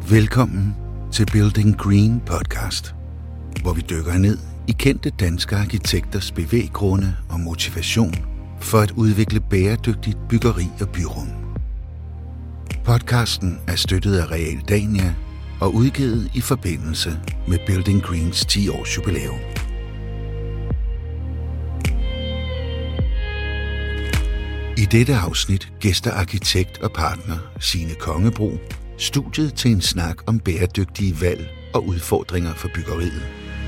Velkommen til Building Green podcast, hvor vi dykker ned i kendte danske arkitekters bevæggrunde og motivation for at udvikle bæredygtigt byggeri og byrum. Podcasten er støttet af Realdania og udgivet i forbindelse med Building Greens 10-års jubilæum. I dette afsnit gæster arkitekt og partner Signe Kongebro studiet til en snak om bæredygtige valg og udfordringer for byggeriet.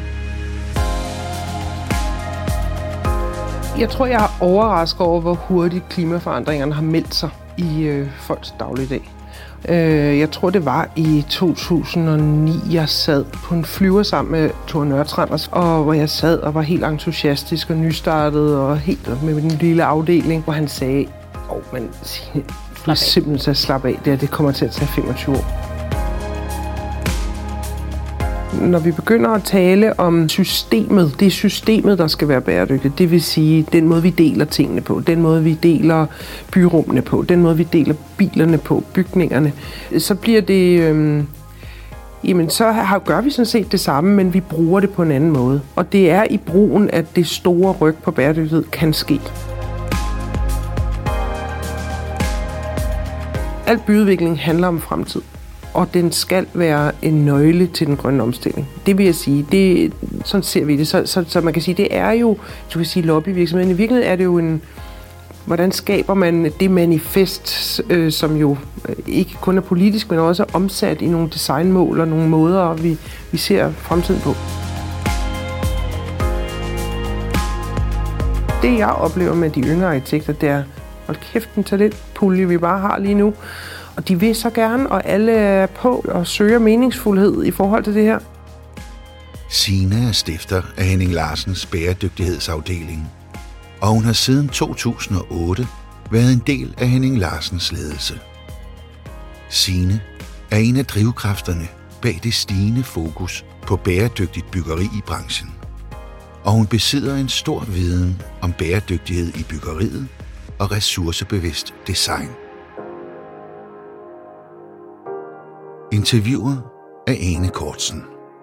Jeg tror, jeg er overrasket over, hvor hurtigt klimaforandringerne har meldt sig i folks dagligdag. Jeg tror, det var i 2009, jeg sad på en flyver sammen med Thor Nørtranders, og hvor jeg sad og var helt entusiastisk og nystartet og helt med den lille afdeling, hvor han sagde, men Signe, du er simpelthen til at slappe af, det kommer til at tage 25 år. Når vi begynder at tale om systemet, det er systemet, der skal være bæredygtigt. Det vil sige, den måde, vi deler tingene på, den måde, vi deler byrummene på, den måde, vi deler bilerne på, bygningerne, så bliver det... gør vi sådan set det samme, men vi bruger det på en anden måde. Og det er i brugen, at det store ryk på bæredygtighed kan ske. Al byudvikling handler om fremtid, og den skal være en nøgle til den grønne omstilling. Det vil jeg sige, sådan ser vi det. Så man kan sige, det er jo, du kan sige lobbyvirksomheden. I virkeligheden er det jo hvordan skaber man det manifest, som jo ikke kun er politisk, men også omsat i nogle designmål og nogle måder, vi ser fremtiden på. Det jeg oplever med de yngre arkitekter, det er, hold kæft, en talentpulje, vi bare har lige nu. Og de vil så gerne, og alle er på og søger meningsfuldhed i forhold til det her. Signe er stifter af Henning Larsens bæredygtighedsafdeling, og hun har siden 2008 været en del af Henning Larsens ledelse. Signe er en af drivkræfterne bag det stigende fokus på bæredygtigt byggeri i branchen. Og hun besidder en stor viden om bæredygtighed i byggeriet og ressourcebevidst design. Interviewer af Ane Kortsen.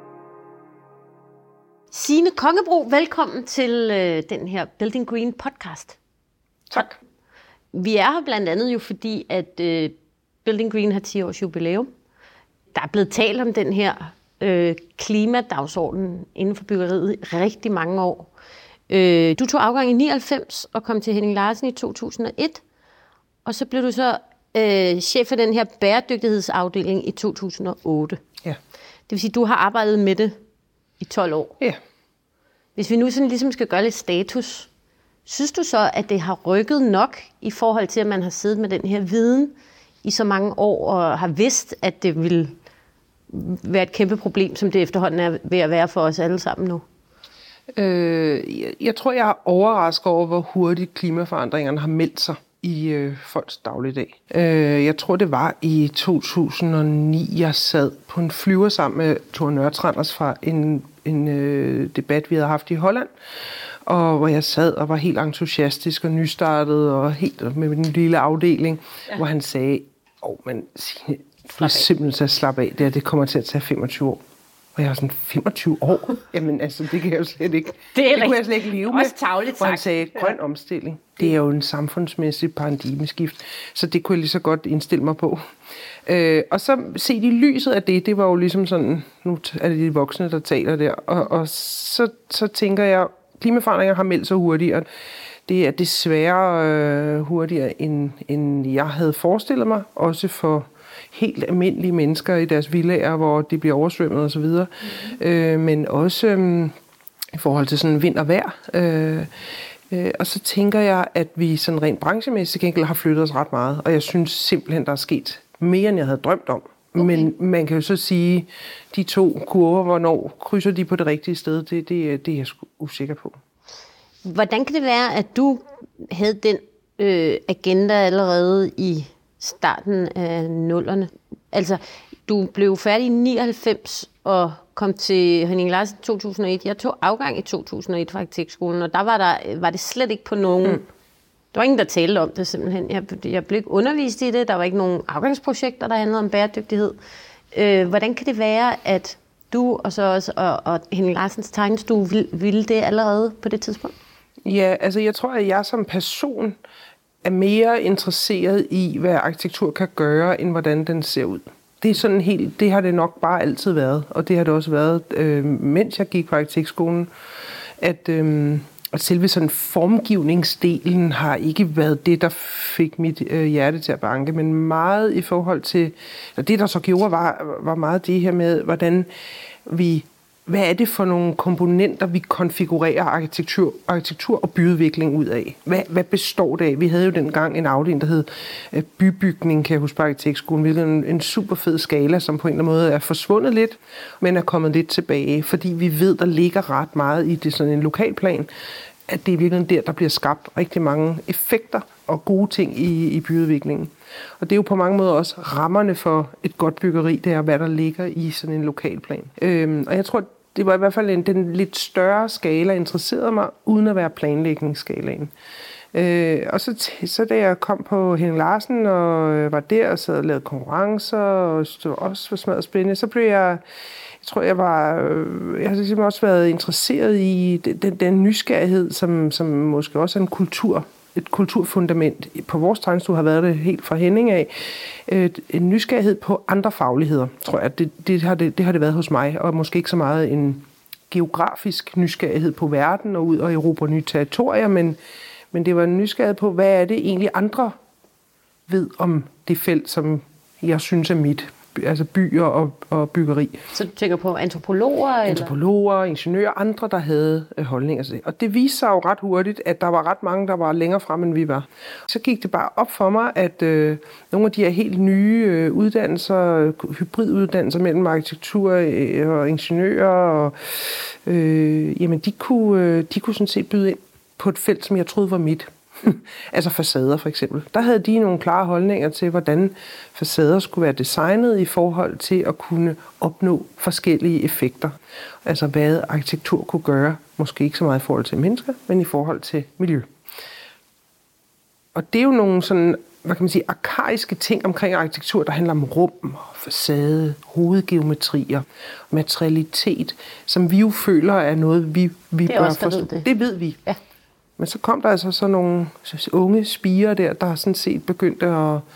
Signe Kongebro, velkommen til den her Building Green podcast. Tak. Vi er her blandt andet jo fordi, at Building Green har 10 års jubilæum. Der er blevet talt om den her klimadagsorden inden for byggeriet i rigtig mange år. Du tog afgang i 99 og kom til Henning Larsen i 2001. Og så blev du så chef for den her bæredygtighedsafdeling i 2008. Ja. Det vil sige, at du har arbejdet med det i 12 år. Ja. Hvis vi nu sådan ligesom skal gøre lidt status, synes du så, at det har rykket nok i forhold til, at man har siddet med den her viden i så mange år og har vidst, at det vil være et kæmpe problem, som det efterhånden er ved at være for os alle sammen nu? Jeg tror, jeg er overrasket over, hvor hurtigt klimaforandringerne har meldt sig i folks dagligdag. Jeg tror, det var i 2009, jeg sad på en flyver sammen med Thor Nørtranders fra en debat, vi havde haft i Holland, og hvor jeg sad og var helt entusiastisk og nystartet og helt med den lille afdeling, hvor han sagde, men Signe, du er simpelthen til at slappe af, det kommer til at tage 25 år. Og jeg var sådan, 25 år? Jamen altså, det kan jeg jo slet ikke. Det kunne jeg slet ikke leve med. Også tarveligt sagt. Hvor han sagde, grøn omstilling. Det er jo en samfundsmæssig paradigmeskift. Så det kunne jeg lige så godt indstille mig på. Og så set i lyset af det var jo ligesom sådan, nu er det de voksne, der taler der. Og så tænker jeg, klimaforandringer har meldt så hurtigt, og det er desværre hurtigere, end jeg havde forestillet mig. Også for helt almindelige mennesker i deres villaer, hvor de bliver oversvømmet og så videre. Men også i forhold til sådan vind og vejr. Og så tænker jeg, at vi sådan rent branchemæssigt har flyttet os ret meget. Og jeg synes simpelthen, der er sket mere, end jeg havde drømt om. Okay. Men man kan jo så sige, de to kurver, hvornår krydser de på det rigtige sted, det er jeg sgu usikker på. Hvordan kan det være, at du havde den agenda allerede i starten af 00'erne? Altså, du blev færdig i 99 og kom til Henning Larsen i 2001. Jeg tog afgang i 2001 fra arkitektskolen, og der var det slet ikke på nogen. Der var ingen, der talte om det simpelthen. Jeg blev ikke undervist i det. Der var ikke nogen afgangsprojekter, der handlede om bæredygtighed. Hvordan kan det være, at du og så også og Henning Larsens tegnestue ville det allerede på det tidspunkt? Ja, altså jeg tror, at jeg som person er mere interesseret i, hvad arkitektur kan gøre, end hvordan den ser ud. Det er sådan helt, det har det nok bare altid været, og det har det også været, mens jeg gik på arkitektskolen, at selve sådan formgivningsdelen har ikke været det, der fik mit hjerte til at banke, men meget i forhold til, og det der så gjorde, var meget det her med, hvordan hvad er det for nogle komponenter, vi konfigurerer arkitektur og byudvikling ud af? Hvad består det af? Vi havde jo dengang en afdeling, der hed bybygning, kan jeg huske på arkitektskolen, hvilket er en super fed skala, som på en eller anden måde er forsvundet lidt, men er kommet lidt tilbage, fordi vi ved, der ligger ret meget i det sådan en lokalplan, at det er virkelig der bliver skabt rigtig mange effekter og gode ting i byudviklingen. Og det er jo på mange måder også rammerne for et godt byggeri, det er, hvad der ligger i sådan en lokalplan. Og jeg tror, det var i hvert fald den lidt større skala, interesserede mig, uden at være planlægningsskalaen. Og så da jeg kom på Henning Larsen og var der og sad og lavede konkurrencer, og det var også smadret spændende, så blev jeg har simpelthen også været interesseret i den nysgerrighed, som måske også er et kulturfundament. På vores tegnestue har været det helt fra Henning af. En nysgerrighed på andre fagligheder, tror jeg. Det har det været hos mig, og måske ikke så meget en geografisk nysgerrighed på verden og ud og erobre nye territorier, men det var en nysgerrighed på, hvad er det egentlig andre ved om det felt, som jeg synes er mit. Altså byer og byggeri. Så du tænker på antropologer? Antropologer, ingeniører, andre, der havde holdninger til det. Og det viste sig jo ret hurtigt, at der var ret mange, der var længere frem, end vi var. Så gik det bare op for mig, at nogle af de her helt nye uddannelser, hybriduddannelser mellem arkitektur og ingeniører, og, jamen de kunne sådan set byde ind på et felt, som jeg troede var mit. Altså facader for eksempel. Der havde de nogle klare holdninger til, hvordan facader skulle være designet i forhold til at kunne opnå forskellige effekter. Altså hvad arkitektur kunne gøre, måske ikke så meget i forhold til mennesker, men i forhold til miljø. Og det er jo nogle sådan, hvad kan man sige, arkaiske ting omkring arkitektur, der handler om rum og facade, hovedgeometrier, materialitet, som vi jo føler er noget, vi bør forstå. Det ved vi. Ja. Men så kom der altså sådan nogle unge spirer der sådan set begyndte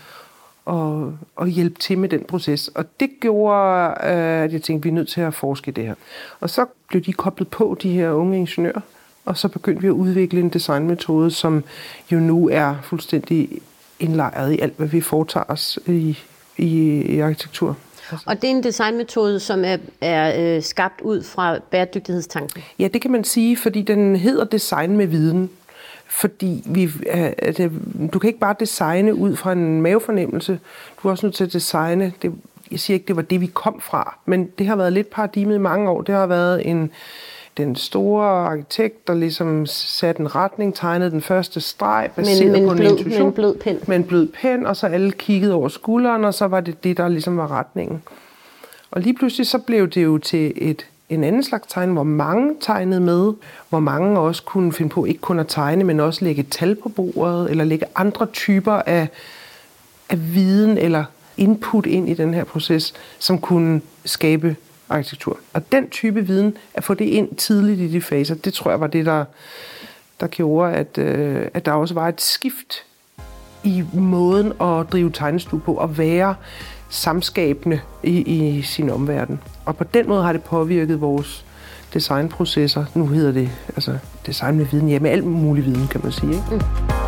at hjælpe til med den proces. Og det gjorde, at jeg tænkte, vi er nødt til at forske i det her. Og så blev de koblet på, de her unge ingeniører, og så begyndte vi at udvikle en designmetode, som jo nu er fuldstændig indlejret i alt, hvad vi foretager os i arkitektur. Og det er en designmetode, som er skabt ud fra bæredygtighedstanken? Ja, det kan man sige, fordi den hedder design med viden. Fordi du kan ikke bare designe ud fra en mavefornemmelse. Du er også nødt til at designe. Jeg siger ikke, det var det, vi kom fra. Men det har været lidt paradigmet i mange år. Det har været den store arkitekt, der ligesom satte en retning, tegnede den første streg, baseret på en intuition. Med en blød pen. Med en blød pen, og så alle kiggede over skulderen, og så var det, der ligesom var retningen. Og lige pludselig så blev det jo til en anden slags tegn, hvor mange tegnede med, hvor mange også kunne finde på ikke kun at tegne, men også lægge tal på bordet, eller lægge andre typer af viden eller input ind i den her proces, som kunne skabe arkitektur. Og den type viden, at få det ind tidligt i de faser, det tror jeg var det, der gjorde, at der også var et skift i måden at drive tegnestue på, at være samskabende i sin omverden. Og på den måde har det påvirket vores designprocesser. Nu hedder det altså design med viden, ja, med al mulig viden, kan man sige. Ikke? Mm.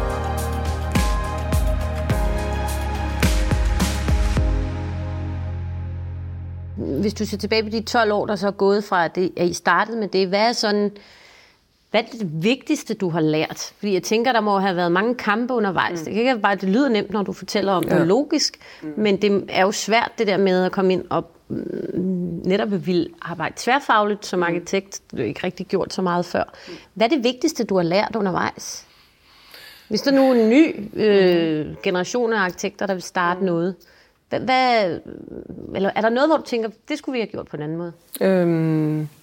Hvis du ser tilbage på de 12 år, der så er gået fra, at I startede med det, hvad er det vigtigste, du har lært? Fordi jeg tænker, der må have været mange kampe undervejs. Det kan ikke bare, det lyder nemt, når du fortæller om det logisk, men det er jo svært det der med at komme ind og netop vil arbejde tværfagligt som arkitekt. Det er jo ikke rigtig gjort så meget før. Hvad er det vigtigste, du har lært undervejs? Hvis der nu er en ny generation af arkitekter, der vil starte noget, eller er der noget, hvor du tænker, det skulle vi have gjort på en anden måde?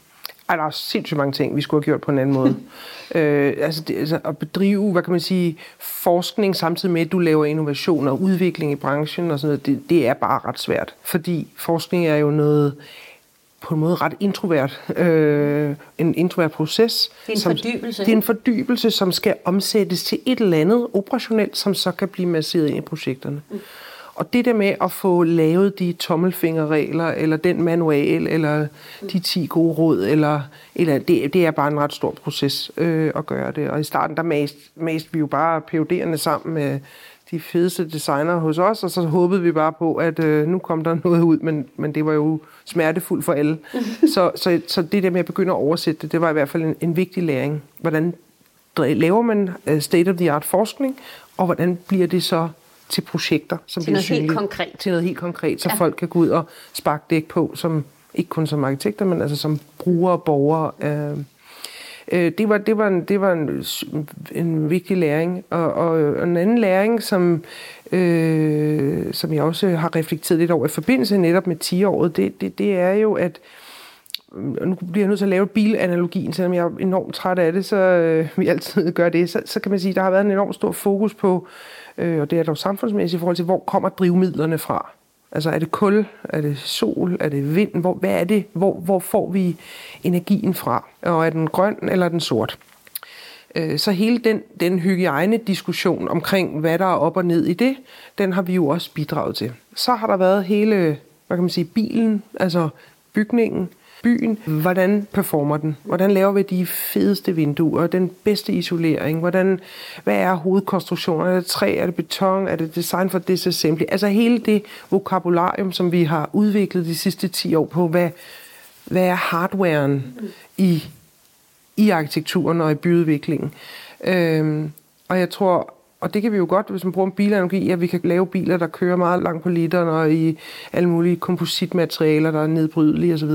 der er sindssygt mange ting, vi skulle have gjort på en anden måde. Altså at bedrive, hvad kan man sige, forskning samtidig med, at du laver innovation og udvikling i branchen og sådan noget, det er bare ret svært. Fordi forskning er jo noget på en måde ret introvert. En introvert proces. Det er en fordybelse. Det er en fordybelse, som skal omsættes til et eller andet operationelt, som så kan blive masseret ind i projekterne. Og det der med at få lavet de tommelfingerregler, eller den manual, eller de 10 gode råd, eller det er bare en ret stor proces at gøre det. Og i starten, der mast vi jo bare PhD'erne sammen med de fedeste designere hos os, og så håbede vi bare på, at nu kom der noget ud, men det var jo smertefuldt for alle. Så det der med at begynde at oversætte det var i hvert fald en vigtig læring. Hvordan laver man state-of-the-art forskning, og hvordan bliver det så til projekter, som til noget helt konkret. Til noget helt konkret, så folk kan gå ud og sparke dæk på, som ikke kun som arkitekter, men altså som brugere og borgere. Det var en vigtig læring. Og en anden læring, som jeg også har reflekteret lidt over i forbindelse netop med 10-året, det er jo, at nu bliver jeg nødt til at lave bilanalogien, selvom jeg er enormt træt af det, så vi altid gør det. Så kan man sige, at der har været en enormt stor fokus på, og det er dog samfundsmæssigt i forhold til, hvor kommer drivmidlerne fra? Altså er det kul, er det sol, er det vind, hvad er det, hvor får vi energien fra? Og er den grøn eller er den sort? Så hele den hygiejne-diskussion omkring, hvad der er op og ned i det, den har vi jo også bidraget til. Så har der været hele, hvad kan man sige, bilen, altså bygningen, byen. Hvordan performer den? Hvordan laver vi de fedeste vinduer? Den bedste isolering? Hvad er hovedkonstruktionen? Er det træ? Er det beton? Er det design for disassembly? Altså hele det vokabularium, som vi har udviklet de sidste 10 år på, hvad er hardwaren i arkitekturen og i byudviklingen? Og jeg tror, og det kan vi jo godt, hvis man bruger en bilanalogi, at vi kan lave biler, der kører meget langt på literen, og i alle mulige kompositmaterialer, der er nedbrydelige osv.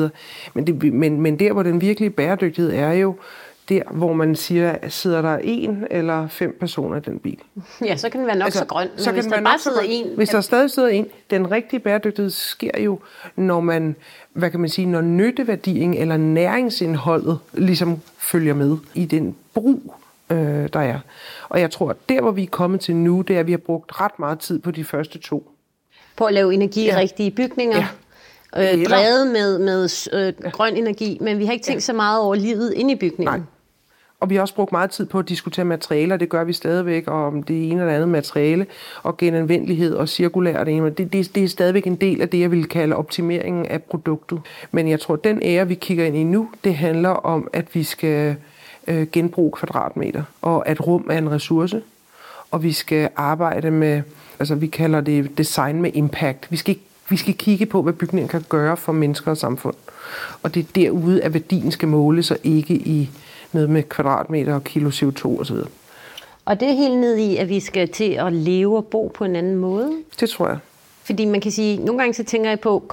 Men der, hvor den virkelige bæredygtighed er jo, der, hvor man siger, sidder der 1 eller 5 personer i den bil. Ja, så kan den være nok så grøn. Så hvis der bare sidder en... Hvis der stadig sidder en, den rigtige bæredygtighed sker jo, når man, hvad kan man sige, når nytteværdien eller næringsindholdet ligesom følger med i den brug, der er. Og jeg tror, at der, hvor vi er kommet til nu, det er, at vi har brugt ret meget tid på de første 2. På at lave energi i rigtige bygninger. Ja. Drevet med grøn energi, men vi har ikke tænkt så meget over livet inde i bygningen. Nej. Og vi har også brugt meget tid på at diskutere materialer, det gør vi stadigvæk, og om det ene eller andet materiale, og genanvendelighed og cirkulært. Det er stadigvæk en del af det, jeg vil kalde optimeringen af produktet. Men jeg tror, at den ære, vi kigger ind i nu, det handler om, at vi skal genbruge kvadratmeter, og at rum er en ressource, og vi skal arbejde med, altså vi kalder det design med impact. Vi skal kigge på, hvad bygningen kan gøre for mennesker og samfund. Og det er derude, at værdien skal måles, og ikke i noget med kvadratmeter og kilo CO2 osv. Og det er helt ned i, at vi skal til at leve og bo på en anden måde? Det tror jeg. Fordi man kan sige, nogle gange så tænker jeg på,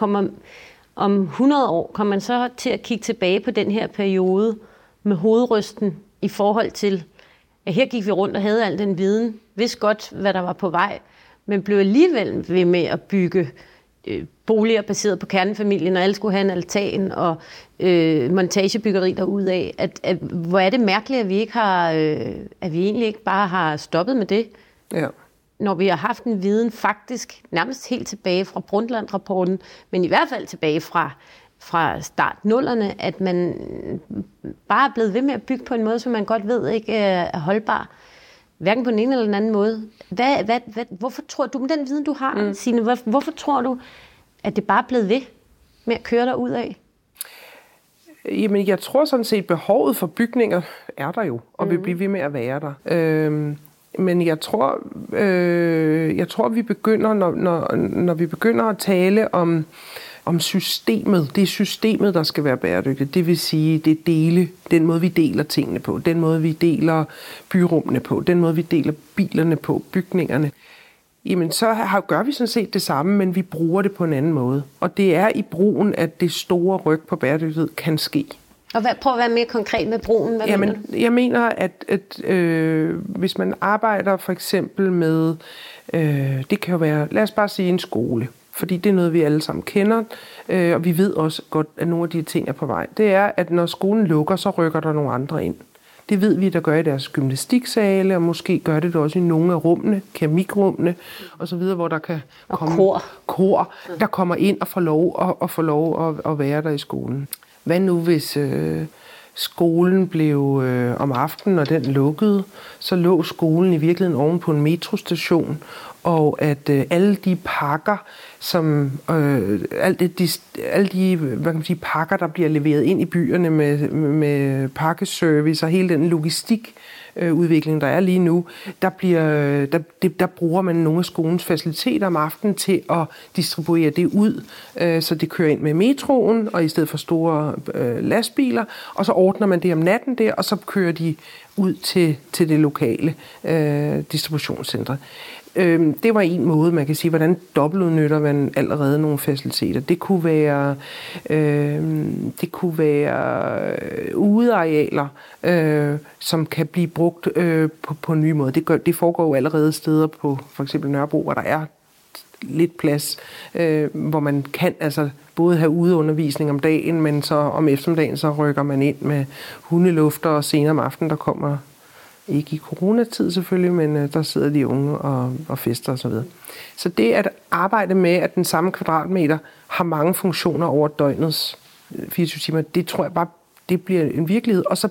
om 100 år, kommer man så til at kigge tilbage på den her periode med hovedrysten i forhold til, at her gik vi rundt og havde al den viden, vidste godt, hvad der var på vej, men blev alligevel ved med at bygge boliger baseret på kernefamilien, og alle skulle have en altan og montagebyggeri derudaf. Hvor er det mærkeligt, at vi ikke har, at vi egentlig ikke bare har stoppet med det, når vi har haft en viden faktisk nærmest helt tilbage fra Brundtland-rapporten, men i hvert fald tilbage fra start 0'erne, at man bare er blevet ved med at bygge på en måde, som man godt ved ikke er holdbar. Hverken på den ene eller den anden måde. Hvorfor tror du, med den viden, du har, Signe, hvorfor tror du, at det bare er blevet ved med at køre derud af? Jamen, jeg tror sådan set, behovet for bygninger er der jo, og vil blive ved med at være der. Men jeg tror, vi begynder, når vi begynder at tale om systemet. Det er systemet, der skal være bæredygtigt. Det vil sige, det er den måde, vi deler tingene på, den måde, vi deler byrummene på, den måde, vi deler bilerne på, bygningerne. Jamen, så gør vi sådan set det samme, men vi bruger det på en anden måde. Og det er i brugen, at det store ryg på bæredygtighed kan ske. Og prøv at være mere konkret med brugen. Jeg mener, at hvis man arbejder for eksempel med, det kan jo være, lad os bare sige en skole. fordi det er noget, vi alle sammen kender, og vi ved også godt, at nogle af de ting er på vej. Det er, at når skolen lukker, så rykker der nogle andre ind. Det ved vi, der gør i deres gymnastiksale, og måske gør det også i nogle af rummene, keramikrummene osv., hvor der kan komme kor, der kommer ind og får lov at være der i skolen. Hvad nu, hvis skolen blev om aftenen, og den lukkede, så lå skolen i virkeligheden oven på en metrostation, og at alle de pakker, som alle de hvad kan man sige, pakker, der bliver leveret ind i byerne med pakkeservice og hele den logistikudvikling, der er lige nu, der bruger man nogle af skolens faciliteter om aftenen til at distribuere det ud, så det kører ind med metroen, og i stedet for store lastbiler, og så ordner man det om natten der, og så kører de ud til det lokale distributionscenter. Det var en måde, man kan sige, hvordan dobbeltudnytter man allerede nogle faciliteter. Det kunne være udearealer, som kan blive brugt på en ny måde. Det foregår jo allerede steder på for eksempel Nørrebro, hvor der er lidt plads, hvor man kan altså både have udeundervisning om dagen, men så om eftermiddagen så rykker man ind med hundelufter, og senere om aftenen der kommer, ikke i coronatid selvfølgelig, men der sidder de unge og fester osv. Så det at arbejde med, at den samme kvadratmeter har mange funktioner over døgnets 24 timer, det tror jeg bare, det bliver en virkelighed. Og så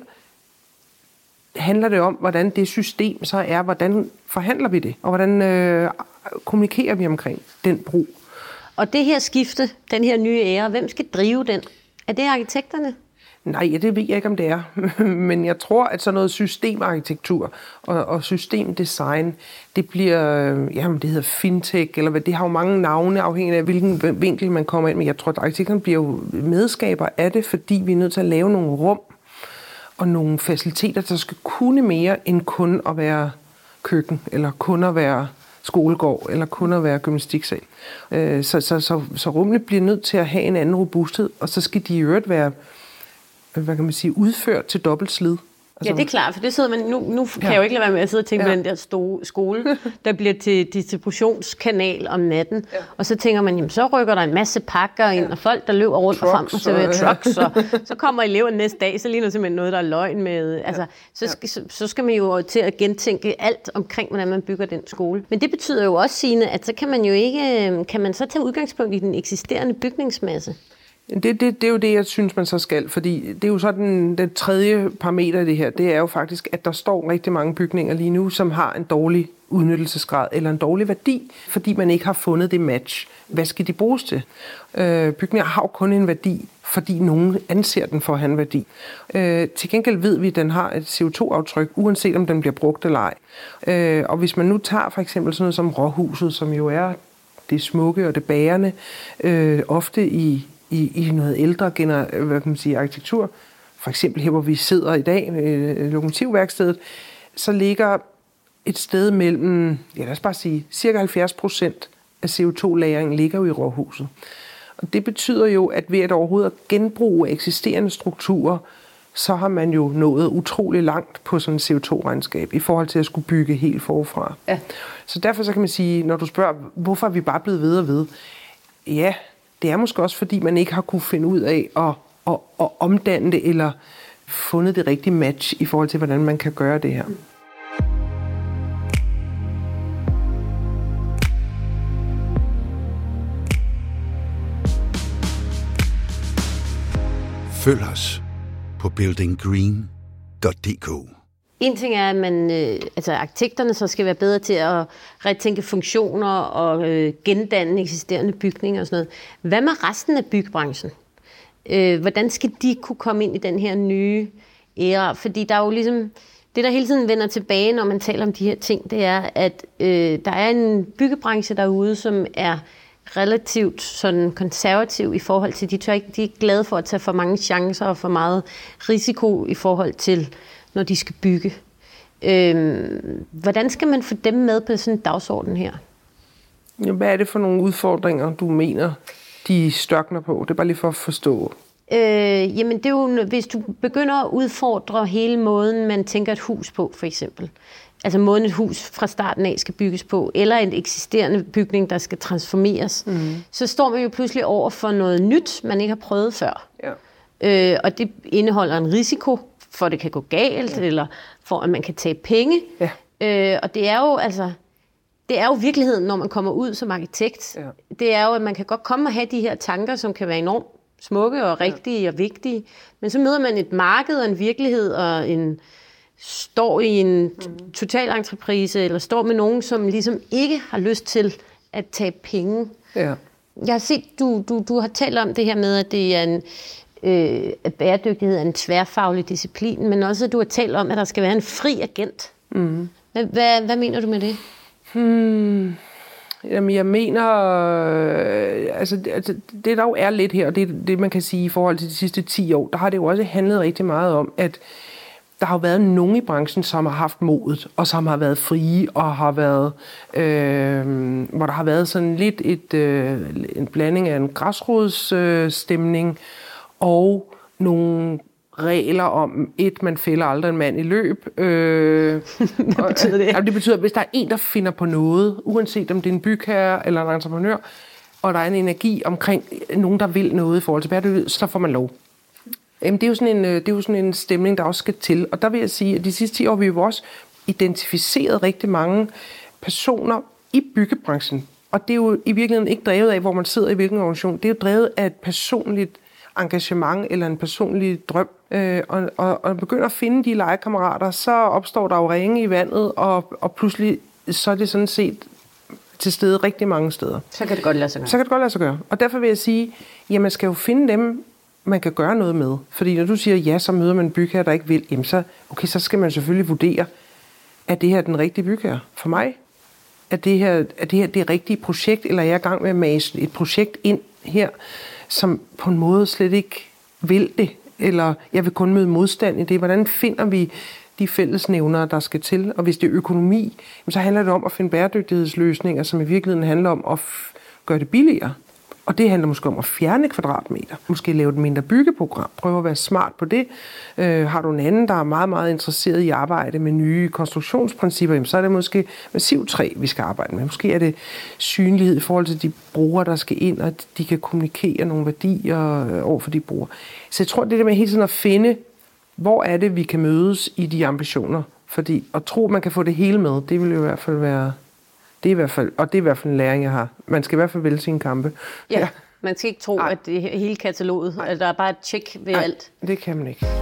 handler det om, hvordan det system så er, hvordan forhandler vi det, og hvordan kommunikerer vi omkring den brug. Og det her skifte, den her nye æra, hvem skal drive den? Er det arkitekterne? Nej, det ved jeg ikke, om det er. Men jeg tror, at sådan noget systemarkitektur og systemdesign, det bliver, jamen det hedder fintech, eller hvad, det har jo mange navne, afhængig af hvilken vinkel man kommer ind med. Jeg tror, at arkitekterne bliver jo medskaber af det, fordi vi er nødt til at lave nogle rum og nogle faciliteter, der skal kunne mere end kun at være køkken, eller kun at være skolegård, eller kun at være gymnastiksal. Så rummene bliver nødt til at have en anden robusthed, og så skal de i øvrigt være, hvad kan man sige, udført til dobbelt slid. Altså, ja, det er klart, for det sidder man, nu kan jeg jo ikke lade være med at sidde og tænke på den der skole, der bliver til distributionskanal om natten, og så tænker man, jamen så rykker der en masse pakker ind, og folk, der løber rundt og frem og tilbage, trucks, og så kommer eleverne næste dag, så ligner det simpelthen noget, der er løgn med, altså, så skal man jo til at gentænke alt omkring, hvordan man bygger den skole. Men det betyder jo også, Signe, at så kan man jo ikke, kan man så tage udgangspunkt i den eksisterende bygningsmasse? Det er jo det, jeg synes, man så skal, fordi det er jo så den tredje parameter i det her, det er jo faktisk, at der står rigtig mange bygninger lige nu, som har en dårlig udnyttelsesgrad eller en dårlig værdi, fordi man ikke har fundet det match. Hvad skal de bruges til? Bygninger har jo kun en værdi, fordi nogen anser den for at have en værdi. Til gengæld ved vi, at den har et CO2-aftryk, uanset om den bliver brugt eller ej. Og hvis man nu tager for eksempel sådan noget som Råhuset, som jo er det smukke og det bærende, ofte i noget ældre hvad kan man sige, arkitektur, for eksempel her, hvor vi sidder i dag, lokomotivværkstedet, så ligger et sted mellem, lad os bare sige, cirka 70% af CO2-lagringen ligger jo i Råhuset. Og det betyder jo, at ved at overhovedet genbruge eksisterende strukturer, så har man jo nået utrolig langt på sådan et CO2-regnskab i forhold til at skulle bygge helt forfra. Ja. Så derfor så kan man sige, når du spørger, hvorfor er vi bare blevet ved og ved? Ja, det er måske også, fordi man ikke har kunne finde ud af at omdanne det, eller fundet det rigtige match i forhold til, hvordan man kan gøre det her. Følg os på buildinggreen.dk. En ting er, at man, arkitekterne så skal være bedre til at retænke funktioner og gendanne eksisterende bygninger og sådan noget. Hvad med resten af byggebranchen? Hvordan skal de kunne komme ind i den her nye æra? Fordi der er jo ligesom, det der hele tiden vender tilbage, når man taler om de her ting, det er, at der er en byggebranche derude, som er relativt sådan konservativ i forhold til, de er glade for at tage for mange chancer og for meget risiko i forhold til, når de skal bygge. Hvordan skal man få dem med på sådan en dagsorden her? Ja, hvad er det for nogle udfordringer, du mener, de størkner på? Det er bare lige for at forstå. Jamen det er jo, hvis du begynder at udfordre hele måden, man tænker et hus på, for eksempel. Altså måden et hus fra starten af skal bygges på, eller en eksisterende bygning, der skal transformeres, så står man jo pludselig over for noget nyt, man ikke har prøvet før. Ja. Og det indeholder en risiko for, at det kan gå galt, eller for, at man kan tabe penge. Ja. Og det er jo virkeligheden, når man kommer ud som arkitekt. Ja. Det er jo, at man kan godt komme og have de her tanker, som kan være enormt smukke og rigtige og vigtige, men så møder man et marked og en virkelighed og står i en total entreprise, eller står med nogen, som ligesom ikke har lyst til at tabe penge. Ja. Jeg har set, du har talt om det her med, at det er at bæredygtighed er en tværfaglig disciplin, men også, at du har talt om, at der skal være en fri agent. Hvad mener du med det? Jamen, jeg mener, altså det der jo er lidt her, og det man kan sige i forhold til de sidste 10 år, der har det jo også handlet rigtig meget om, at der har været nogen i branchen, som har haft modet, og som har været frie, og har været, hvor der har været sådan lidt en blanding af en græsrodsstemning, og nogle regler om, man fælder aldrig en mand i løb. Hvad betyder det? Det betyder, at hvis der er en, der finder på noget, uanset om det er en bygherre eller en entreprenør, og der er en energi omkring nogen, der vil noget i forhold til bæredygtighed, så får man lov. Jamen, det er jo sådan en stemning, der også skal til. Og der vil jeg sige, at de sidste 10 år, vi jo også identificeret rigtig mange personer i byggebranchen. Og det er jo i virkeligheden ikke drevet af, hvor man sidder i hvilken organisation. Det er jo drevet af et personligt engagement eller en personlig drøm. Og begynder at finde de legekammerater, så opstår der jo ringe i vandet, og pludselig så er det sådan set til stede rigtig mange steder. Så kan det godt lade sig gøre. Og derfor vil jeg sige, at man skal jo finde dem, man kan gøre noget med. Fordi når du siger ja, så møder man en bygherre, der ikke vil, jamen så skal man selvfølgelig vurdere, er det her den rigtige bygherre for mig? Er det her det rigtige projekt, eller er jeg i gang med at mase et projekt ind her, som på en måde slet ikke vil det, eller jeg vil kun møde modstand i det. Hvordan finder vi de fællesnævnere, der skal til? Og hvis det er økonomi, så handler det om at finde bæredygtighedsløsninger, som i virkeligheden handler om at gøre det billigere. Og det handler måske om at fjerne kvadratmeter. Måske lave et mindre byggeprogram. Prøve at være smart på det. Har du en anden, der er meget, meget interesseret i at arbejde med nye konstruktionsprincipper, så er det måske massivtræ, vi skal arbejde med. Måske er det synlighed i forhold til de brugere, der skal ind, og de kan kommunikere nogle værdier over for de brugere. Så jeg tror, det er det med hele tiden at finde, hvor er det, vi kan mødes i de ambitioner. Fordi at tro, at man kan få det hele med, det vil jo i hvert fald være... Det er i hvert fald en læring, jeg har. Man skal i hvert fald vælge sine kampe. Ja, man skal ikke tro, at det er hele kataloget, at der er bare et tjek ved alt. Det kan man ikke.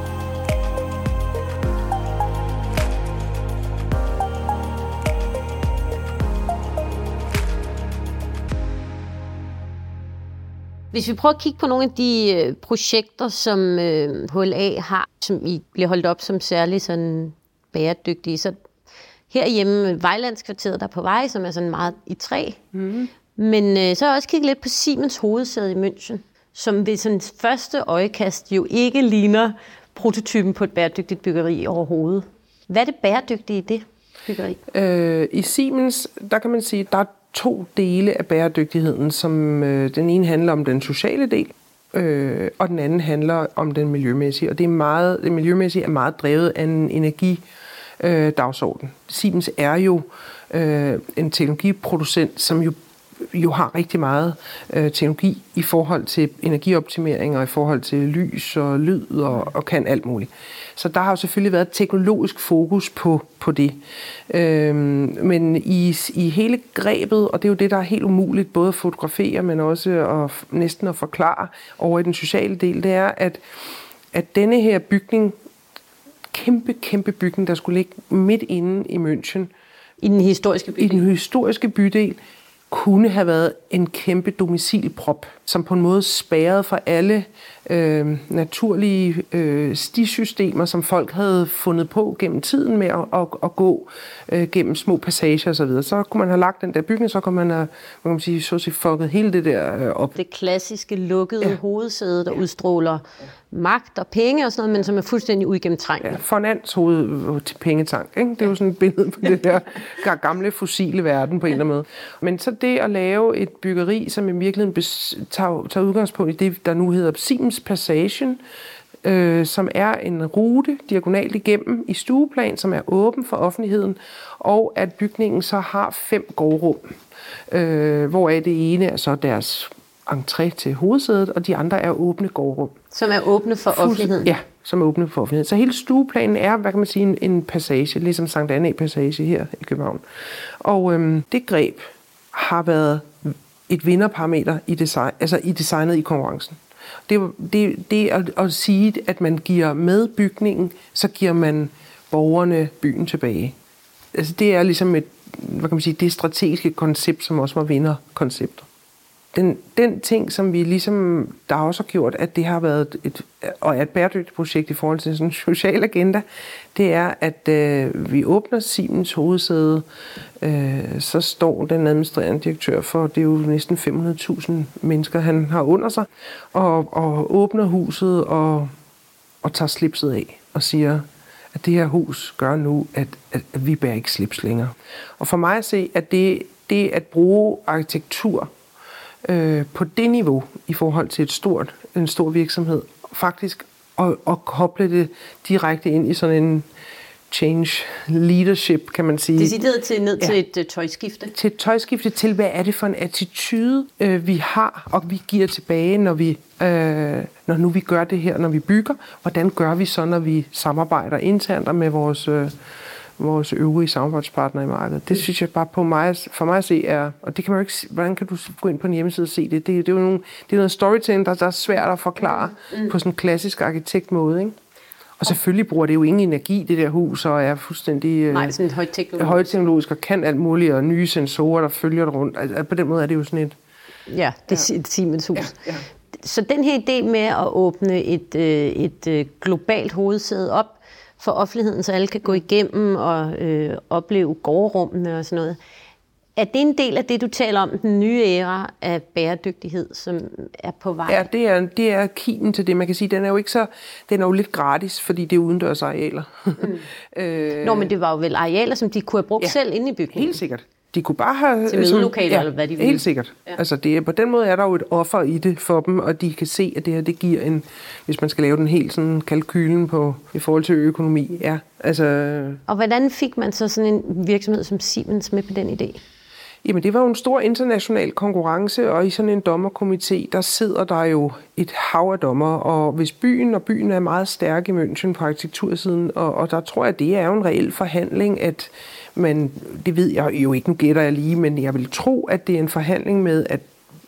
Hvis vi prøver at kigge på nogle af de projekter, som HLA har, som I bliver holdt op som særligt sådan bæredygtige, så herhjemme Vejlandskvarteret, der er på vej, som er sådan meget i træ. Men så har jeg også kigget lidt på Siemens hovedsæde i München, som ved sådan første øjekast jo ikke ligner prototypen på et bæredygtigt byggeri overhovedet. Hvad er det bæredygtige i det byggeri? I Siemens, der kan man sige, at der er 2 dele af bæredygtigheden, som den ene handler om den sociale del, og den anden handler om den miljømæssige. Og det miljømæssige er meget drevet af en dagsorden. Siemens er jo en teknologiproducent, som jo har rigtig meget teknologi i forhold til energioptimering og i forhold til lys og lyd og kan alt muligt. Så der har jo selvfølgelig været et teknologisk fokus på det. Men i hele grebet, og det er jo det, der er helt umuligt både at fotografere, men også næsten at forklare over i den sociale del, det er, at denne her bygning, kæmpe bygning, der skulle ligge midt inde i München. I den historiske bydel? I den historiske bydel kunne have været en kæmpe domicilprop, som på en måde spærrede for alle naturlige stisystemer, som folk havde fundet på gennem tiden med at gå gennem små passager osv. Så kunne man have lagt den der bygning, så kunne man have fucket hele det der op. Det klassiske lukkede hovedsæde, der udstråler magt og penge og sådan noget, men som er fuldstændig uigennemtrængende. Ja, fondshoved til pengetank, ikke? Det er jo sådan et billede på det der gamle fossile verden på en eller anden måde. Men så det at lave et byggeri, som i virkeligheden tager udgangspunkt i det, der nu hedder Siemens Passagen, som er en rute diagonalt igennem i stueplan, som er åben for offentligheden, og at bygningen så har 5 gårdrum, hvoraf det ene er så deres entré til hovedsædet, og de andre er åbne gårdrum. Som er åbne for offentligheden? Ja, som er åbne for offentligheden. Så hele stueplanen er, hvad kan man sige, en passage, ligesom Sankt Annæ Passage her i København. Og det greb har været et vinderparameter i designet i konkurrencen. Det at sige, at man giver med bygningen, så giver man borgerne byen tilbage. Altså det er ligesom det strategiske koncept, som også var vinderkonceptet. Den ting, som vi ligesom, der også har gjort, at det har været et bæredygtigt projekt i forhold til sådan en social agenda, det er, at vi åbner Siemens hovedsæde, så står den administrerende direktør for, det er jo næsten 500.000 mennesker, han har under sig, og åbner huset og tager slipset af og siger, at det her hus gør nu, at vi bærer ikke slips længere. Og for mig at se, at det at bruge arkitektur på det niveau i forhold til en stor virksomhed, faktisk at koble det direkte ind i sådan en change leadership, kan man sige. Decideret til et tøjskifte. Til et tøjskifte til, hvad er det for en attitude, vi har, og vi giver tilbage, når nu vi gør det her, når vi bygger. Hvordan gør vi så, når vi samarbejder internt med vores øvrige samarbejdspartnere i markedet. Det synes jeg bare for mig at se er, og det kan man jo ikke, hvordan kan du gå ind på en hjemmeside og se det? Det er jo noget storytelling, der er svært at forklare på sådan en klassisk arkitektmåde, ikke? Og selvfølgelig bruger det jo ingen energi, det der hus, og er fuldstændig sådan højteknologisk og kan alt muligt, og nye sensorer, der følger det rundt. Altså, på den måde er det jo sådan et... Ja, det er Siemens hus. Ja. Så den her idé med at åbne et globalt hovedsæde op for offentligheden, så alle kan gå igennem og opleve gårdrummene og sådan noget. Er det en del af det, du taler om, den nye æra af bæredygtighed, som er på vej? Ja, det er kimen til det. Man kan sige, den er jo lidt gratis, fordi det er udendørs arealer. Men det var jo vel arealer, som de kunne have brugt selv inde i bygningen? Helt sikkert. De kunne bare have... Til mødelokaler, eller hvad de ville. Helt sikkert. Ja. Altså på den måde er der jo et offer i det for dem, og de kan se, at det her, det giver hvis man skal lave den helt sådan kalkylen i forhold til økonomi. Ja, altså... Og hvordan fik man så sådan en virksomhed som Siemens med på den idé? Jamen, det var jo en stor international konkurrence, og i sådan en dommerkomité, der sidder der jo et hav af dommer, og hvis byen er meget stærk i München på arkitektursiden, og der tror jeg, det er jo en reel forhandling, at det ved jeg jo ikke, nu gætter jeg lige, men jeg vil tro, at det er en forhandling med, at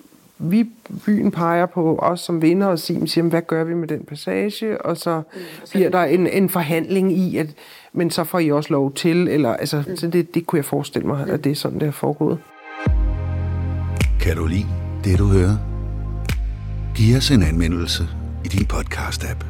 byen peger på os som vinder og siger, hvad gør vi med den passage, og så bliver der en forhandling i, at men så får I også lov til, eller altså, så det kunne jeg forestille mig, at det er sådan, det er foregået. Kan du lide det, du hører? Giv os en anmeldelse i din podcast-app.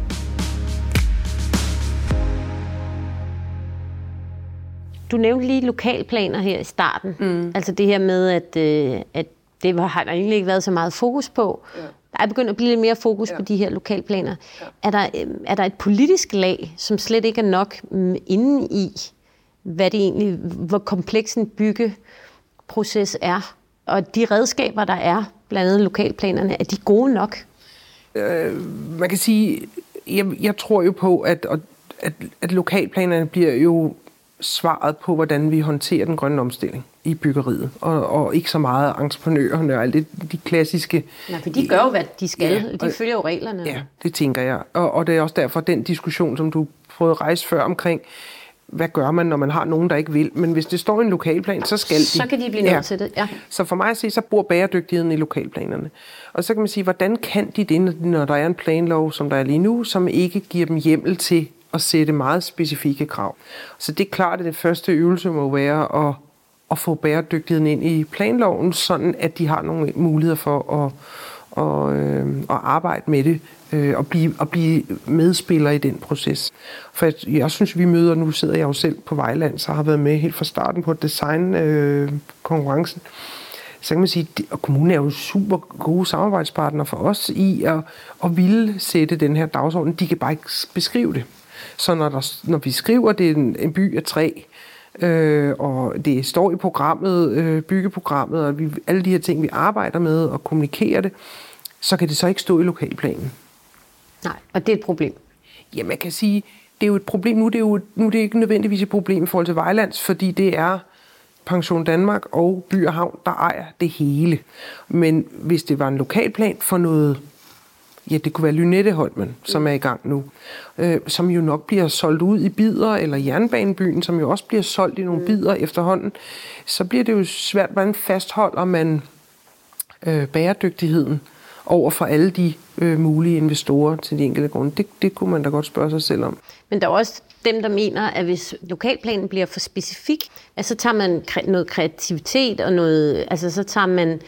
Du nævnte lige lokalplaner her i starten. Altså det her med, at det har der egentlig ikke været så meget fokus på. Ja. Der er begyndt at blive lidt mere fokus på de her lokalplaner. Ja. Er der et politisk lag, som slet ikke er nok inde i, hvor kompleks en byggeproces er? Og de redskaber, der er, blandt andet lokalplanerne, er de gode nok? Man kan sige, jeg tror jo på, at lokalplanerne bliver jo svaret på, hvordan vi håndterer den grønne omstilling i byggeriet, og ikke så meget entreprenørerne og alt det, de klassiske... Nej, for de gør jo, hvad de skal. De følger jo reglerne. Ja, det tænker jeg. Og det er også derfor den diskussion, som du prøvede at rejse før omkring, hvad gør man, når man har nogen, der ikke vil? Men hvis det står i en lokalplan, så skal de. Så kan de blive nødt til det, ja. Så for mig at se, så bor bæredygtigheden i lokalplanerne. Og så kan man sige, hvordan kan de det, når der er en planlov, som der er lige nu, som ikke giver dem hjemmel til at sætte meget specifikke krav. Så det er klart, at det første øvelse må være at få bæredygtigheden ind i planloven, sådan at de har nogle muligheder for at arbejde med det og blive medspillere i den proces. For jeg synes, vi møder, nu sidder jeg jo selv på Vejland, så har været med helt fra starten på design-konkurrencen. så kan man sige, at kommunen er jo super gode samarbejdspartner for os i at ville sætte den her dagsorden. De kan bare ikke beskrive det. Så når vi skriver, det er en by af træ, og det står i programmet, byggeprogrammet, og alle de her ting, vi arbejder med og kommunikerer det, så kan det så ikke stå i lokalplanen. Nej, og det er et problem. Ja, man kan sige, det er jo et problem. Nu er det ikke nødvendigvis et problem i forhold til Vejlands, fordi det er Pension Danmark og By og Havn, der ejer det hele. Men hvis det var en lokalplan for noget, ja, det kunne være Lynetteholmen, som er i gang nu, som jo nok bliver solgt ud i bidder, eller Jernbanebyen, som jo også bliver solgt i nogle bidder efterhånden, så bliver det jo svært, hvordan fastholder man bæredygtigheden over for alle de mulige investorer til de enkelte grunde. Det kunne man da godt spørge sig selv om. Men der er også dem, der mener, at hvis lokalplanen bliver for specifik, at så tager man noget kreativitet og noget, altså så tager man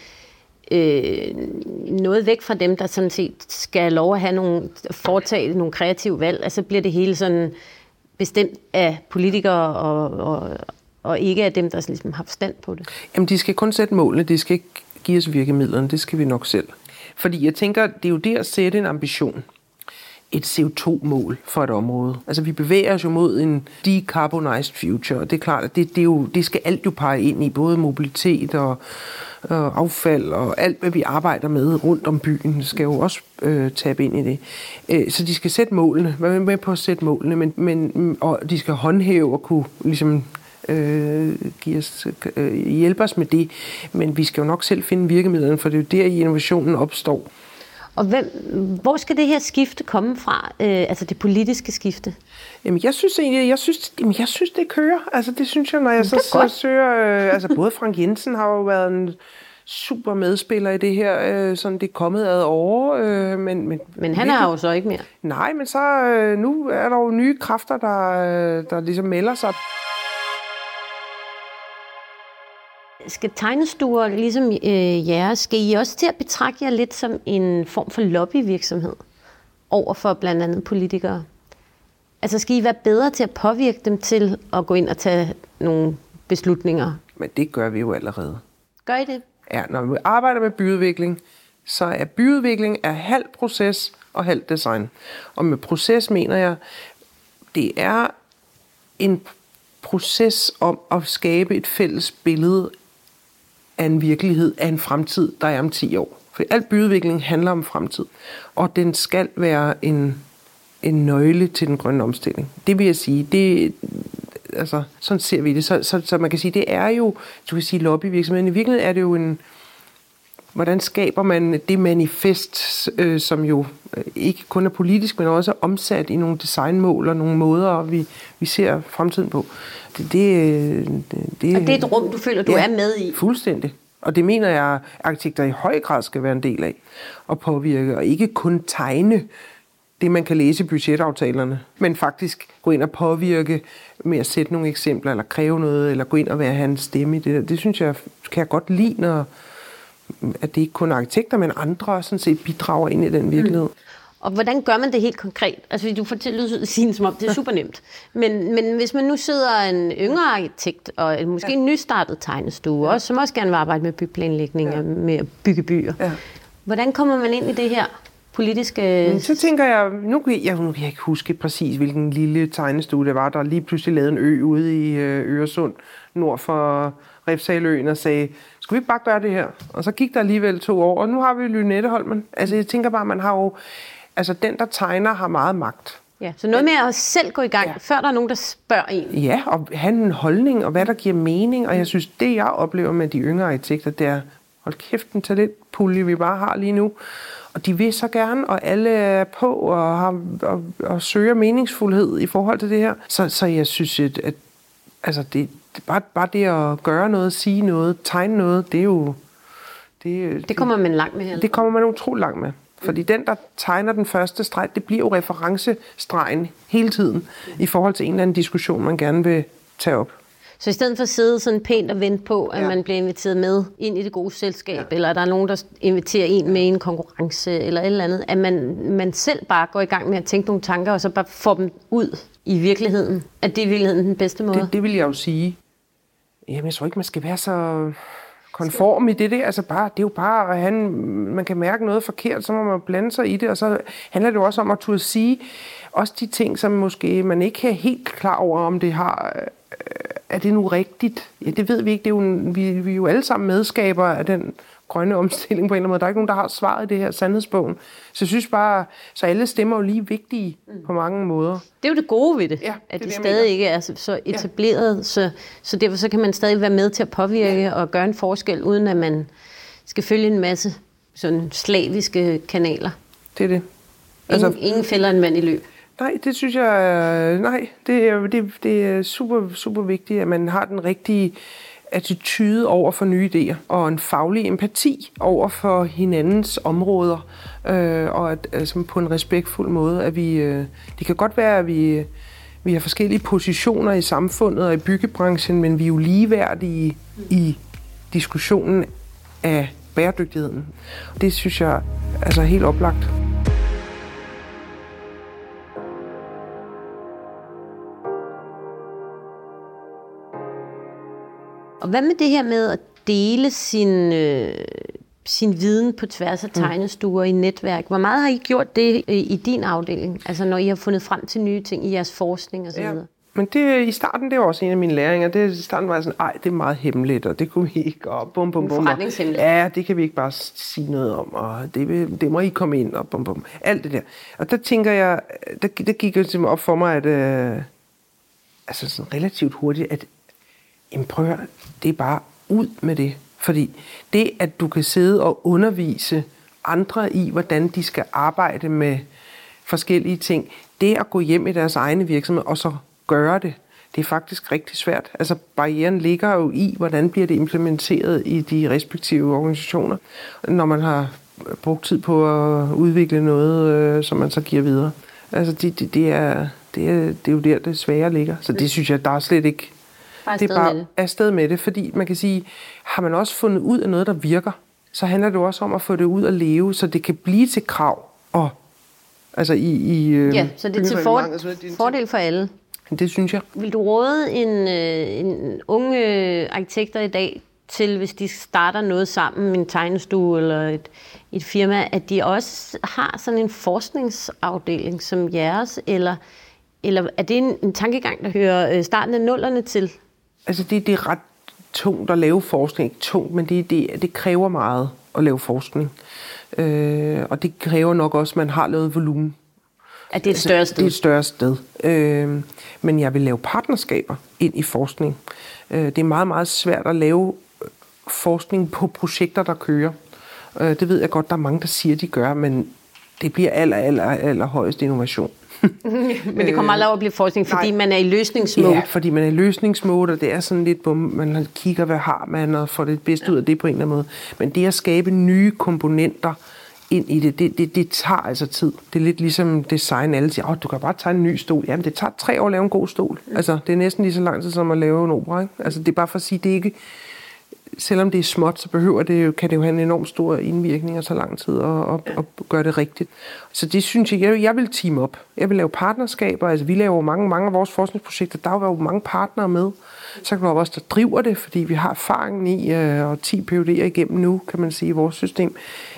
noget væk fra dem, der sådan set skal have lov at have foretage nogle kreative valg, altså bliver det hele sådan bestemt af politikere og ikke af dem, der ligesom har forstand på det. Jamen, de skal kun sætte målene, de skal ikke give os virkemidlerne, det skal vi nok selv. Fordi jeg tænker, det er jo det at sætte en ambition. Et CO2-mål for et område. Altså, vi bevæger os jo mod en decarbonized future, og det er klart, at det skal alt jo pege ind i, både mobilitet og affald og alt, hvad vi arbejder med rundt om byen, skal jo også tabe ind i det. Så de skal sætte målene, være med på at sætte målene, og de skal håndhæve og kunne ligesom hjælpe os med det, men vi skal jo nok selv finde virkemidlerne, for det er jo der, innovationen opstår. Og hvor skal det her skifte komme fra, altså det politiske skifte? Jamen, jeg synes det kører. Altså, det synes jeg, når jeg så søger... altså, både Frank Jensen har jo været en super medspiller i det her, sådan det er kommet ad år. Men han er jo så ikke mere. Nej, men så nu er der jo nye kræfter, der ligesom melder sig. Skal tegnestuer, ligesom jeres, skal I også til at betragte jer lidt som en form for lobbyvirksomhed over for blandt andet politikere? Altså skal I være bedre til at påvirke dem til at gå ind og tage nogle beslutninger? Men det gør vi jo allerede. Gør I det? Ja, når vi arbejder med byudvikling, så er byudvikling halv proces og halv design. Og med proces mener jeg, det er en proces om at skabe et fælles billede af en virkelighed, af en fremtid, der er om 10 år. For al byudvikling handler om fremtid, og den skal være en nøgle til den grønne omstilling. Det vil jeg sige, altså, sådan ser vi det. Så man kan sige, det er jo, du kan sige lobbyvirksomheden. I virkeligheden er det jo hvordan skaber man det manifest, som jo ikke kun er politisk, men også er omsat i nogle designmål og nogle måder, vi ser fremtiden på. Det er et rum, du føler, du er med i? Fuldstændig. Og det mener jeg, arkitekter i høj grad skal være en del af og påvirke, og ikke kun tegne det, man kan læse i budgetaftalerne, men faktisk gå ind og påvirke med at sætte nogle eksempler, eller kræve noget, eller gå ind og have en stemme i det der. Det synes jeg, kan jeg godt lide, at det ikke kun er arkitekter, men andre sådan set bidrager ind i den virkelighed. Og hvordan gør man det helt konkret? Altså, du fortæller sige som om det er super nemt. Men hvis man nu sidder en yngre arkitekt, og måske en nystartet tegnestue, også, som også gerne vil arbejde med byplanlægning og med at bygge byer. Ja. Hvordan kommer man ind i det her politiske... Så tænker jeg, nu kan jeg ikke huske præcis, hvilken lille tegnestue det var, der lige pludselig lavede en ø ude i Øresund, nord for Refshaleøen, og sagde, skal vi ikke bare gøre det her? Og så gik der alligevel 2 år, og nu har vi Lynetteholmen. Altså jeg tænker bare, man har jo... Altså den, der tegner, har meget magt. Ja, så noget med at selv gå i gang, før der er nogen, der spørger en. Ja, og have en holdning, og hvad der giver mening. Og jeg synes, det jeg oplever med de yngre arkitekter, det er, hold kæft, en talentpulje, vi bare har lige nu. Og de vil så gerne, og alle er på og søger meningsfuldhed i forhold til det her. Så jeg synes, at altså det bare det at gøre noget, sige noget, tegne noget, det er jo... Det kommer man langt med her. Det kommer man utrolig langt med. Fordi den, der tegner den første streg, det bliver jo referencestregen hele tiden i forhold til en eller anden diskussion, man gerne vil tage op. Så i stedet for at sidde sådan pænt og vente på, at man bliver inviteret med ind i det gode selskab, eller at der er nogen, der inviterer en med i en konkurrence, eller et eller andet, at man selv bare går i gang med at tænke nogle tanker, og så bare får dem ud i virkeligheden. At det er i virkeligheden den bedste måde? Det vil jeg jo sige. Jamen, jeg tror ikke, man skal være så konform i det. Altså bare, det er jo bare, at man kan mærke noget forkert, så må man blande sig i det, og så handler det jo også om at turde sige, også de ting, som måske man ikke er helt klar over, om det har, er det nu rigtigt? Ja, det ved vi ikke. Det er jo, vi er jo alle sammen medskabere af den grønne omstilling på en eller anden måde. Der er ikke nogen, der har svaret i det her sandhedsbogen. Så jeg synes bare, så alle stemmer jo lige vigtige på mange måder. Det er jo det gode ved det, ja, at det stadig ikke er så etableret, så derfor så kan man stadig være med til at påvirke og gøre en forskel, uden at man skal følge en masse sådan slaviske kanaler. Det er det. Ingen fælder en mand i løb. Nej, det synes jeg, det er super, super vigtigt, at man har den rigtige attitude over for nye idéer, og en faglig empati over for hinandens områder, og at, altså på en respektfuld måde, at det kan godt være, at vi har forskellige positioner i samfundet og i byggebranchen, men vi er jo ligeværdige i diskussionen af bæredygtigheden. Det synes jeg altså er helt oplagt. Og hvad med det her med at dele sin viden på tværs af tegnestuer i netværk? Hvor meget har I gjort det i din afdeling? Altså når I har fundet frem til nye ting i jeres forskning og så videre? Men det, i starten, det var også en af mine læringer. I starten var jeg sådan, det er meget hemmeligt, og det kunne vi ikke, og bum, bum, bum. Ja, det kan vi ikke bare sige noget om, og det må I komme ind, og bum, bum. Alt det der. Og der tænker jeg, der gik jo simpelthen op for mig, at altså sådan relativt hurtigt, at prøv at høre, det er bare ud med det. Fordi det, at du kan sidde og undervise andre i, hvordan de skal arbejde med forskellige ting, det at gå hjem i deres egne virksomhed og så gøre det, det er faktisk rigtig svært. Altså barrieren ligger jo i, hvordan bliver det implementeret i de respektive organisationer, når man har brugt tid på at udvikle noget, som man så giver videre. Altså det er jo der, det svære ligger. Så det synes jeg, der er slet ikke. Det er bare afsted med det, fordi man kan sige, har man også fundet ud af noget, der virker, så handler det også om at få det ud at leve, så det kan blive til krav. Og, altså ja, så det er til fordel for alle. Det synes jeg. Vil du råde en unge arkitekter i dag til, hvis de starter noget sammen, en tegnestue eller et firma, at de også har sådan en forskningsafdeling som jeres, eller er det en tankegang, der hører starten af nullerne til? Altså det er ret tungt at lave forskning. Ikke tungt, men det kræver meget at lave forskning. Og det kræver nok også, at man har lavet volumen. At det er et større sted? Det er et større sted. Men jeg vil lave partnerskaber ind i forskning. Det er meget, meget svært at lave forskning på projekter, der kører. Det ved jeg godt, der er mange, der siger, de gør, men det bliver aller højeste innovation. Men det kommer aldrig over at blive forskning, fordi man er i løsningsmode. Ja, fordi man er i løsningsmode, og det er sådan lidt, hvor man kigger, hvad har man, og får det bedste ud af det på en eller anden måde. Men det at skabe nye komponenter ind i det tager altså tid. Det er lidt ligesom design. Alle siger, du kan bare tegne en ny stol. Jamen, det tager 3 år at lave en god stol. Altså, det er næsten lige så lang tid som at lave en opera, ikke? Altså, det er bare for at sige, det er ikke... Selvom det er småt, så kan det jo have en enormt stor indvirkning og så lang tid at gøre det rigtigt. Så det synes jeg vil team op. Jeg vil lave partnerskaber. Altså vi laver mange af vores forskningsprojekter. Der er jo mange partnere med. Så kan du også, der driver det, fordi vi har erfaringen i og 10 PhD'er igennem nu, kan man sige, i vores system.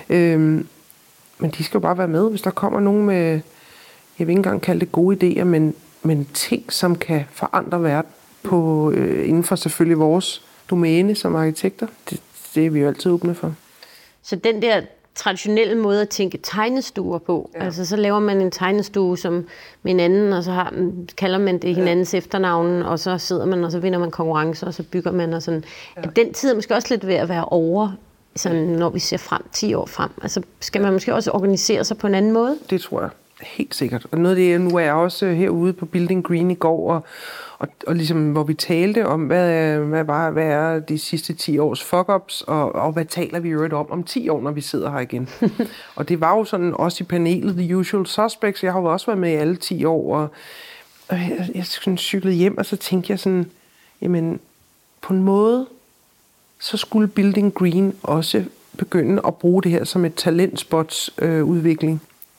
Men de skal jo bare være med, hvis der kommer nogen med, jeg vil ikke engang kalde det gode idéer, men ting, som kan forandre verden på, inden for selvfølgelig vores domæne som arkitekter. Det er vi jo altid åbne for. Så den der traditionelle måde at tænke tegnestuer på, altså så laver man en tegnestue som med en anden, og så kalder man det hinandens efternavn, og så sidder man, og så vinder man konkurrencer, og så bygger man og sådan. Den tid er måske også lidt ved at være over, sådan, når vi ser frem 10 år frem. Altså skal man måske også organisere sig på en anden måde? Det tror jeg helt sikkert. Og noget af det, nu er jeg også herude på Building Green i går, og ligesom, hvor vi talte om, hvad er de sidste 10 års fuck-ups, og hvad taler vi jo om 10 år, når vi sidder her igen. Og det var jo sådan, også i panelet, The Usual Suspects, jeg har jo også været med i alle 10 år, og jeg sådan cyklede hjem, og så tænkte jeg sådan, jamen, på en måde, så skulle Building Green også begynde at bruge det her som et talentspots udvikling.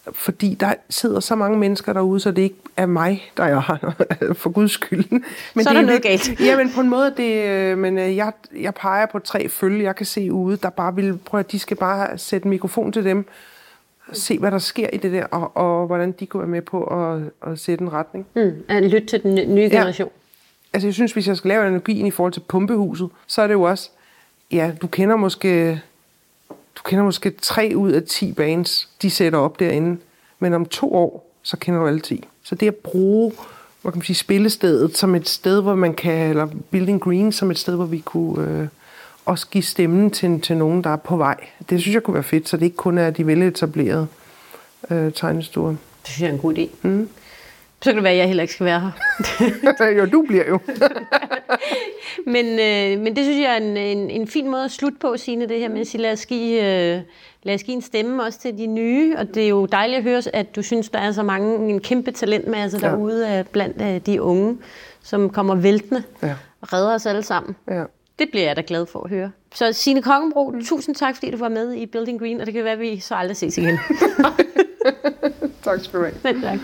fordi der sidder så mange mennesker derude, så det ikke er mig, der er her, for Guds skyld. Men så er der noget galt. Ja, men på en måde, jeg peger på 3 følge, jeg kan se ude, der bare vil prøve, at de skal bare sætte en mikrofon til dem, se hvad der sker i det der, og hvordan de kunne være med på at sætte en retning. At lytte til den nye generation. Ja. Altså jeg synes, hvis jeg skal lave analogien i forhold til Pumpehuset, så er det jo også, ja, du kender måske 3 ud af 10 bands, de sætter op derinde. Men om 2 år, så kender du alle 10. Så det at bruge, hvad kan man sige, spillestedet som et sted, hvor man kan, eller Building Green som et sted, hvor vi kunne også give stemmen til nogen, der er på vej. Det synes jeg kunne være fedt, så det ikke kun er de veletablerede tegnestuer. Det synes jeg er en god idé. Så kan det være, at jeg heller ikke skal være her. Jo, du bliver jo. men det synes jeg er en fin måde at slutte på, Signe, det her med at sige, lad os give en stemme også til de nye. Og det er jo dejligt at høre, at du synes, der er så mange, en kæmpe talentmasse derude blandt de unge, som kommer væltende og redder os alle sammen. Ja. Det bliver jeg da glad for at høre. Så Signe Kongenbro, tusind tak, fordi du var med i Building Green, og det kan være, at vi så aldrig ses igen. Tak skal du have. Selv tak.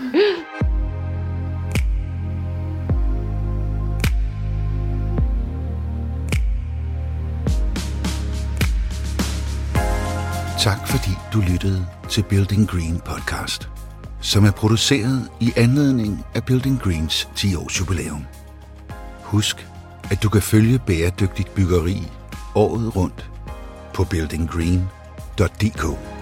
Tak fordi du lyttede til Building Green podcast, som er produceret i anledning af Building Greens 10-års jubilæum. Husk, at du kan følge bæredygtigt byggeri året rundt på buildinggreen.dk.